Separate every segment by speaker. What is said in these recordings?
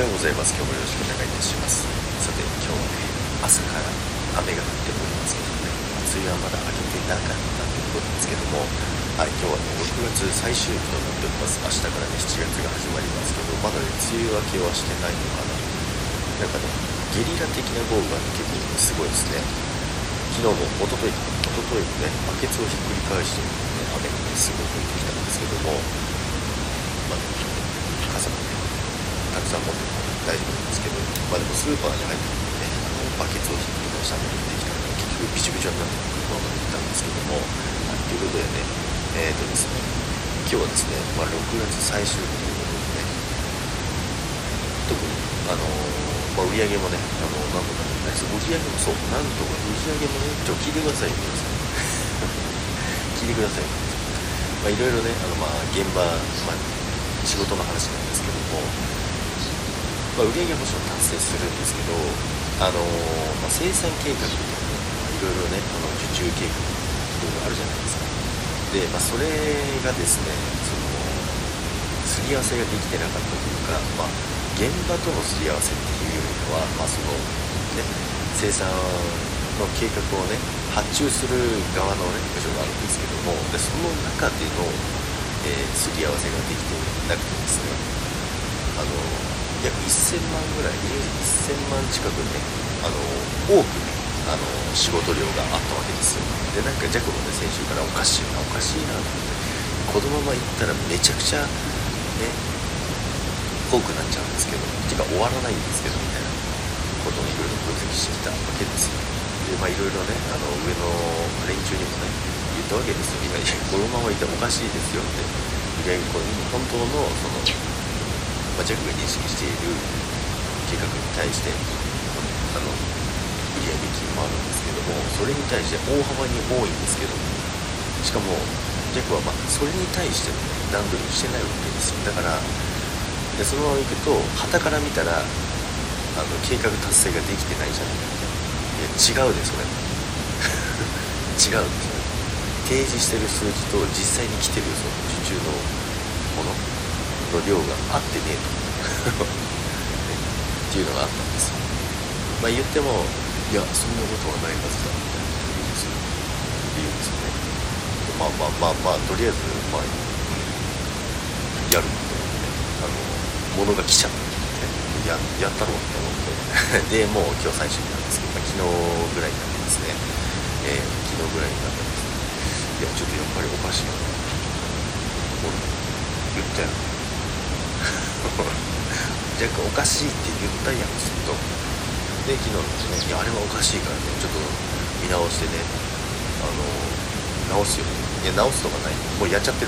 Speaker 1: ようございます。今日もよろしくお願いいたします。さて、今日はね、朝から雨が降っておりますけどね、梅雨はまだ明けてなかったということですけども、はい、今日はね、6月最終日となっております。明日からね、7月が始まりますけど、まだね、梅雨明けはしてないのかな。なんかね、ゲリラ的な豪雨が、ね、結構すごいですね。昨日も一昨日もね、バケツをひっくり返して、ね、雨がね、すごい降ってきたんですけども、まあ、傘もね、たくさん持っても大丈夫なんですけど、まあでもスーパーに入ってね、バケツをひっくり返した雨ができたので、結局びちょびちょになって車まで行ったんですけども、ということでね、ですね、今日はですね、6月最終日ということでね、特に売り上げもね、なんとかね、売り上げもそう、なんとか売り上げもね、聞いてくださいよ、皆さん。聞いてくださいよ。いろいろね、現場、仕事の話なんですけども、売り上げはもちろん達成するんですけど、生産計画みたいな、いろいろね、受注計画いろいろあるじゃないですか。で、それがですね、すり合わせができてなかったというか、現場とのすり合わせっていうよりかは、生産の計画をね、発注する側のね、部署があるんですけども、でその中での、すり合わせができてなくてですね、約1000万ぐらい、1000万近くね、多くね、仕事量があったわけですよ。で、なんかジャクもね、先週からおかしいなってこのままいったらめちゃくちゃね、多くなっちゃうんですけど、てか終わらないんですけどみたいなことをいろいろ分析してきたわけですよ。で、いろいろね、上の連中にもね、言ったわけですよ。今、このままいったらおかしいですよって。これ本当のジャックが認識している計画に対して売上金もあるんですけども、それに対して大幅に多いんですけども、しかもジャックはそれに対しての、段取りをしてないわけですよ。だからでそのままいくと傍から見たら計画達成ができてないじゃないかみたいな。いや違うでそれ違うんですよ。提示してる数字と実際に来てるその受注のものの量が合ってねえとっていうのがあったんですよ。言っても、いやそんなことはないはずだみたいな言うんですよね。とりあえずやるって思って、物が来ちゃったってやったろうって思ってでもう今日最終日なんですけど、昨日ぐらいになってですね、いやちょっとやっぱりおかしいな俺言ったよジャックおかしいって言ったやんずっと。で昨日のですね、いやあれはおかしいからね、ちょっと見直してね、直すよ。いや直すとかない、もうやっちゃってる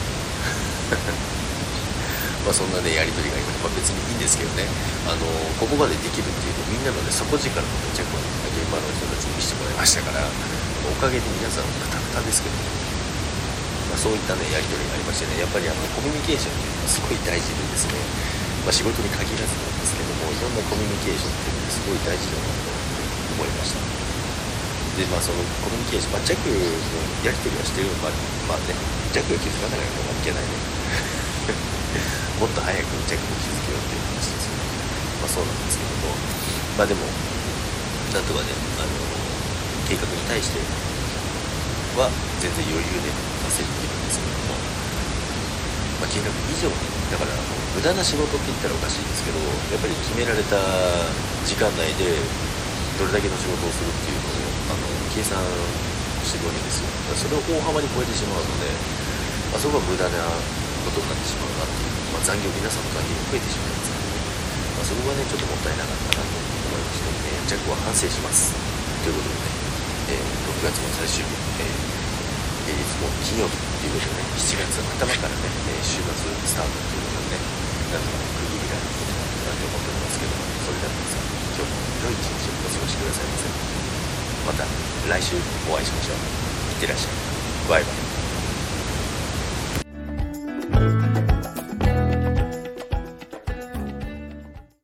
Speaker 1: からそんなねやり取りが今、別にいいんですけどね、ここまでできるっていうとみんなのね底力のジャックは、現場の人たちに見せてもらいましたから、おかげで皆さんクタクタですけどね、そういったねやり取りがありましてね、やっぱりコミュニケーションっていうのはすごい大事でですね、仕事に限らずなんですけども、いろんなコミュニケーションっていうのがすごい大事だなと思いました。でそのコミュニケーション、ジャックのやり取りはしてるのか、ジャックが気づかないのがいけないねもっと早くジャックも気づけようっていう話ですよね。そうなんですけども、でもなんとかね、計画に対しては全然余裕で達成できるんですけども、計画以上にだから無駄な仕事って言ったらおかしいですけど、やっぱり決められた時間内でどれだけの仕事をするっていうのを計算してるわけですよ。それを大幅に超えてしまうので、そこは無駄なことになってしまうなっていう、皆さんの残業が増えてしまいますので、そこがねちょっともったいなかったなと思いまして、ジャックは反省しますということでね、6月の最終日、平日も金曜日ということでね、7月頭からね、週末スタートということでね、なんとか区切りがいいなと思っておりますけども、それでは皆さん今日も良い一日をお過ごしくださいませ。また来週お会いしましょう。いってらっしゃい。バイバイ。